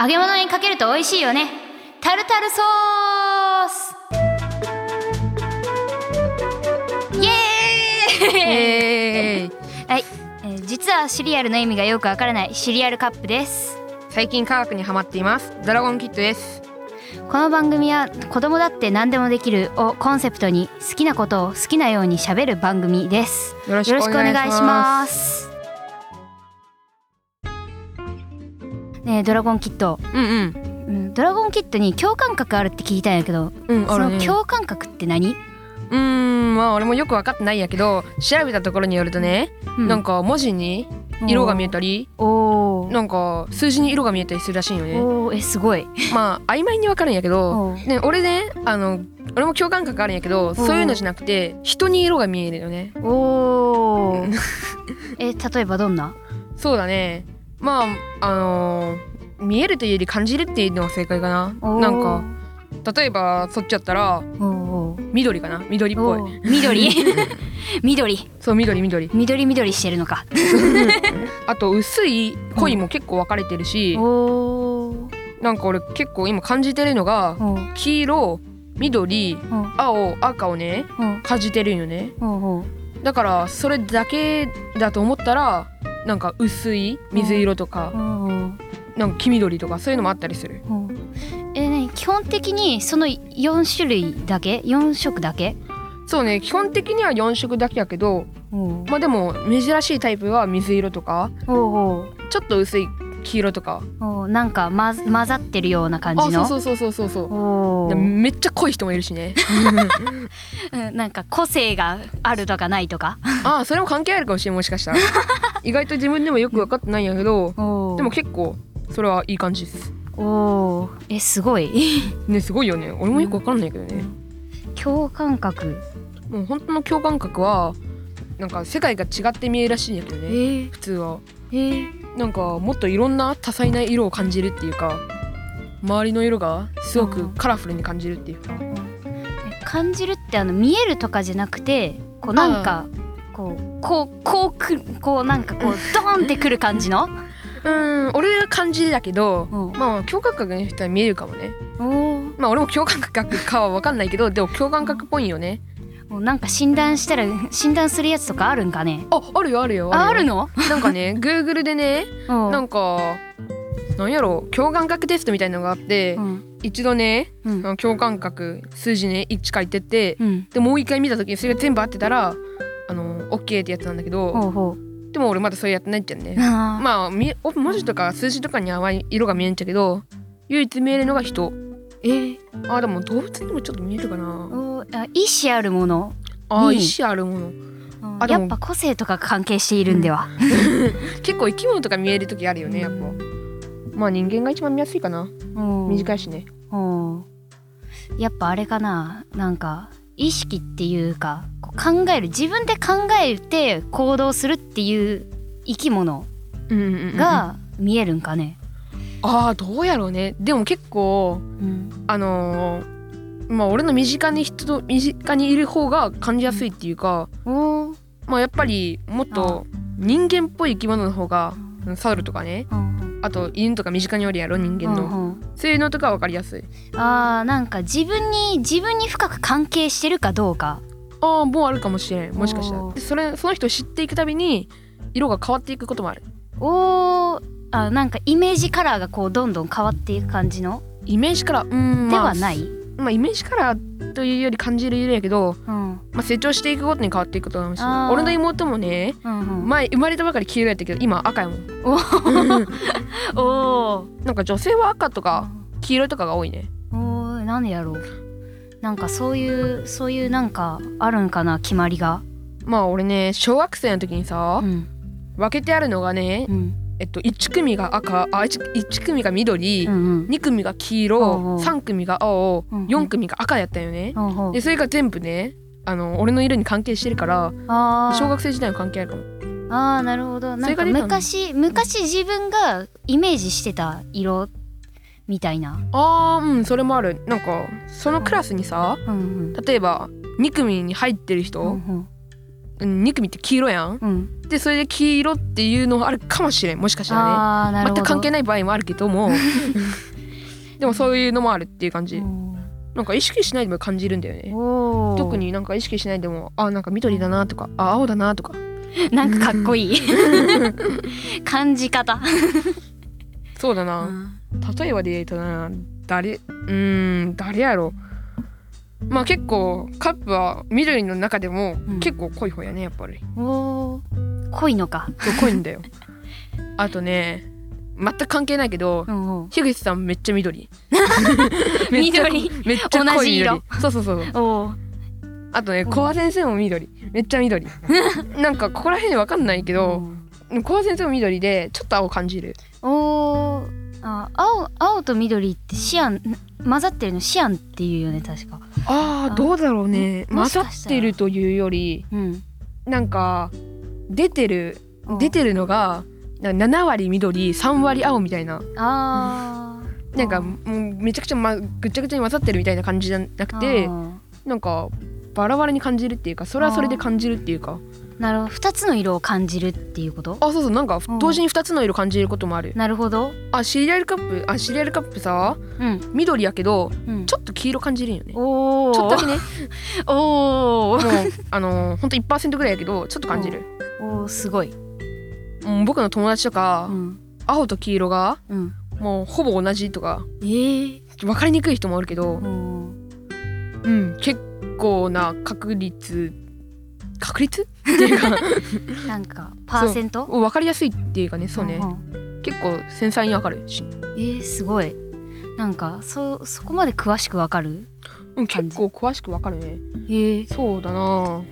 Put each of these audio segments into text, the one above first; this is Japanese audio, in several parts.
揚げ物にかけると美味しいよね。タルタルソース。イエーイはい、実はシリアルの意味がよくわからないシリアルカップです。 最近科学にハマっていますドラゴンキッドです。 この番組は子供だって何でもできるをコンセプトに好きなことを好きなように喋る番組です。 よろしくお願いします。 ねえドラゴンキッド、ドラゴンキッドに共感覚あるって聞いたんやけど、その共感覚って何？ まあ俺もよく分かってないんやけど、調べたところによるとね、なんか文字に色が見えたり、なんか数字に色が見えたりするらしいよね。 すごい。 まあ曖昧に分かるんやけど、ね、俺も共感覚あるんやけど、そういうのじゃなくて人に色が見えるよね。 例えばどんな？ そうだね、まあ見えるというより感じるっていうのが正解かな。なんか例えばそっちやったら緑かな、緑っぽい。 緑そう、緑してるのか。 あと薄い濃いも結構分かれてるし、なんか俺結構今感じてるのが黄色、緑、青、赤をね感じてるんよね。だからそれだけだと思ったら、なんか薄い水色とかなんか黄緑とかそういうのもあったりする。 基本的にその4種類だけ4色だけ？ そうね、基本的には4色だけやけど、まあでも珍しいタイプは水色とかちょっと薄い黄色とかなんか混ざってるような感じの。 そうめっちゃ濃い人もいるしね。 なんか個性があるとかないとか。 それも関係あるかもしれん、もしかしたら。意外と自分でもよく分かってないんやけど、でも結構それはいい感じです。 すごいね、すごいよね。俺もよく分かんないけどね。 共感覚、 もう本当の共感覚はなんか世界が違って見えるらしいんやけどね、普通は。なんかもっといろんな多彩な色を感じるっていうか、周りの色がすごくカラフルに感じるっていうか。 感じるって見えるとかじゃなくて、こうなんかこうなんかこうドーンってくる感じの。 俺は感じだけど、まあ共感覚の人は見えるかもね。まあ俺も共感覚かは分かんないけど、でも共感覚っぽいよね。 なんか診断するやつとかあるんかね？ あるよ。 あるの？ なんかねGoogle でねなんかなんやろ、共感覚テストみたいなのがあって、一度ね、共感覚数字ね1書いてって、でもう一回見た時にそれが全部合ってたらOK ってやつなんだけど、でも俺まだそれやってないっちゃね。まあ文字とか数字とかには色が見えんちゃけど、唯一見えるのが人。でも動物にもちょっと見えるかな。 意志あるもの。 意志あるもの。 やっぱ個性とか関係しているんでは。 結構生き物とか見える時あるよね、やっぱ。まあ人間が一番見やすいかな。短いしね。 やっぱあれかな、なんか意識っていうか自分で考えて行動するっていう生き物が見えるんかね。 どうやろうね。でも結構、まあ俺の身近にいる方が感じやすいっていうか、まあやっぱりもっと人間っぽい生き物の方が、サウルとかね、あと犬とか身近におるやろ、人間の、そういうのとか分かりやすい。 なんか自分に深く関係してるかどうか。 もうあるかもしれん、もしかしたら。でその人を知っていくたびに色が変わっていくこともある。 なんかイメージカラーがこうどんどん変わっていく感じのイメージカラーではない。 まあイメージカラーというより感じる色やけど、まあ成長していくごとに変わっていくことかもしれない。俺の妹もね、前生まれたばかり黄色やったけど今赤やもん。なんか女性は赤とか黄色とかが多いね。 なんでやろう。なんかそういうなんかあるんかな、決まりが。 まあ俺ね小学生の時にさ、分けてあるのがね、1組が赤、1組が緑、2組が黄色、3組が青、4組が赤やったよね。でそれが全部ね俺の色に関係してるから、小学生時代の関係あるかも。 なるほど。なんか昔自分がイメージしてた色みたいな。 それもある。なんかそのクラスにさ、例えば2組に入ってる人、 2組って黄色やん、でそれで黄色っていうのがあるかもしれん、もしかしたらね。全く関係ない場合もあるけどもでもそういうのもあるっていう感じ。なんか意識しないでも感じるんだよね。特になんか意識しないでもなんか緑だなとか青だなとかなんかかっこいい感じ方そうだな、例えばで言うとな、誰やろ。まあ結構カップは緑の中でも結構濃い方やね、やっぱり。 濃いのか。 そう濃いんだよあとね、全く関係ないけど、樋口さんめっちゃ緑緑めっちゃ濃い緑。 同じそう。あとね、コア先生も緑、めっちゃ緑なんかここら辺わかんないけど、コア先生も緑でちょっと青感じる。 青と緑ってシアン混ざってるのシアンっていうよね、確か。 どうだろうね。混ざってるというより、なんか出てるのが7割緑3割青みたいな。なんかもうめちゃくちゃ、ぐちゃぐちゃに混ざってるみたいな感じじゃなくて、なんかバラバラに感じるっていうか、それはそれで感じるっていうか。 なるほど、2つの色を感じるっていうこと。 そう、なんか同時に2つの色感じることもある。 なるほど。 シリアルカップさ、緑やけど、ちょっと黄色感じるんよね。ちょっとだけねもうほんと 1% ぐらいやけどちょっと感じる。 すごい。 僕の友達とか、青と黄色が、もうほぼ同じとか、分かりにくい人もおるけど、結構な確率っていうかなんかパーセント分かりやすいっていうかね。そうね、結構繊細に分かるし。 すごい。なんかそこまで詳しく分かる。 結構詳しく分かるね。そうだな、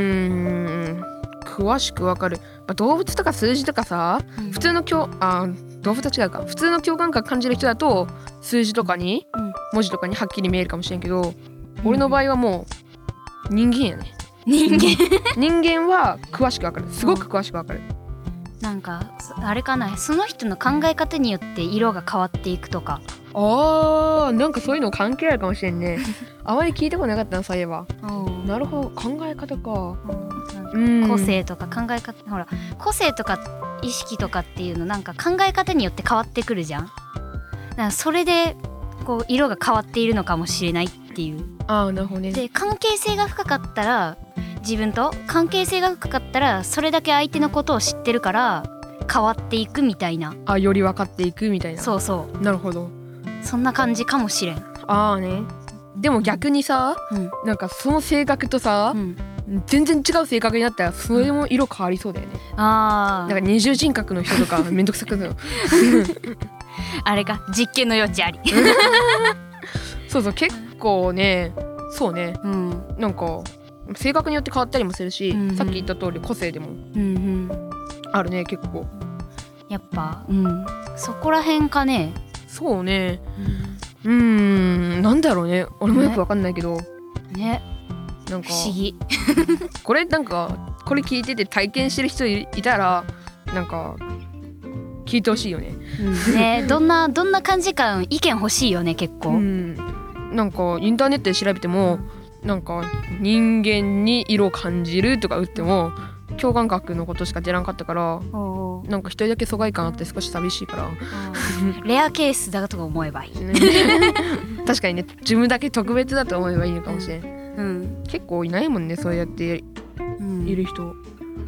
詳しく分かる。動物とか数字とかさ、普通の動物は違うか。普通の共感覚感じる人だと数字とかに、文字とかにはっきり見えるかもしれんけど、俺の場合はもう人間やね。人間は詳しく分かる。すごく詳しく分かる。 なんかあれかな、その人の考え方によって色が変わっていくとか。 なんかそういうの関係あるかもしれんねあまり聞いたことなかったな、そういえば。なるほど、考え方か。 個性とか考え方、ほら個性とか意識とかっていうのなんか考え方によって変わってくるじゃん。だからそれでこう色が変わっているのかもしれないっていう。 なるほどね。 で関係性が深かったら、自分と関係性が深かったらそれだけ相手のことを知ってるから変わっていくみたいな。 より分かっていくみたいな。 そう。 なるほど、 そんな感じかもしれん。 ね。でも逆にさ、なんかその性格とさ、全然違う性格になったらそれも色変わりそうだよね。なんか二重人格の人とかめんどくさくなるあれか、実験の余地ありそう結構ね。そうね、なんか性格によって変わったりもするし、さっき言った通り個性でもあるね、結構。 やっぱそこら辺かね。 そうね。なんだろうね、俺もよくわかんないけどね。 なんか不思議これ聞いてて体験してる人いたらなんか聞いてほしいよね。 ね、どんな感じか意見欲しいよね、結構。 なんかインターネットで調べても、なんか人間に色を感じるとか打っても共感覚のことしか出なかったから、なんか一人だけ疎外感あって少し寂しいからレアケースだと思えばいい確かにね、自分だけ特別だと思えばいいのかもしれん。結構いないもんね、そうやっている人。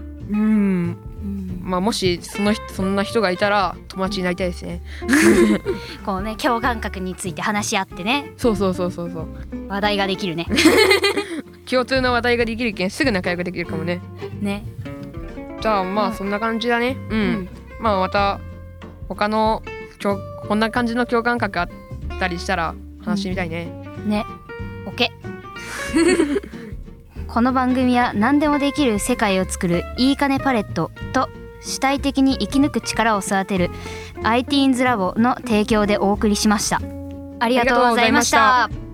もしそんな人がいたら友達になりたいですねこうね、共感覚について話し合ってね。 そう話題ができるね共通の話題ができるけんすぐ仲良くできるかもね。じゃあそんな感じだね。また他のこんな感じの共感覚あったりしたら話してみたいね。 OK この番組は何でもできる世界を作るいいかねパレットと主体的に生き抜く力を育てる iTeens ラボの提供でお送りしました。ありがとうございました。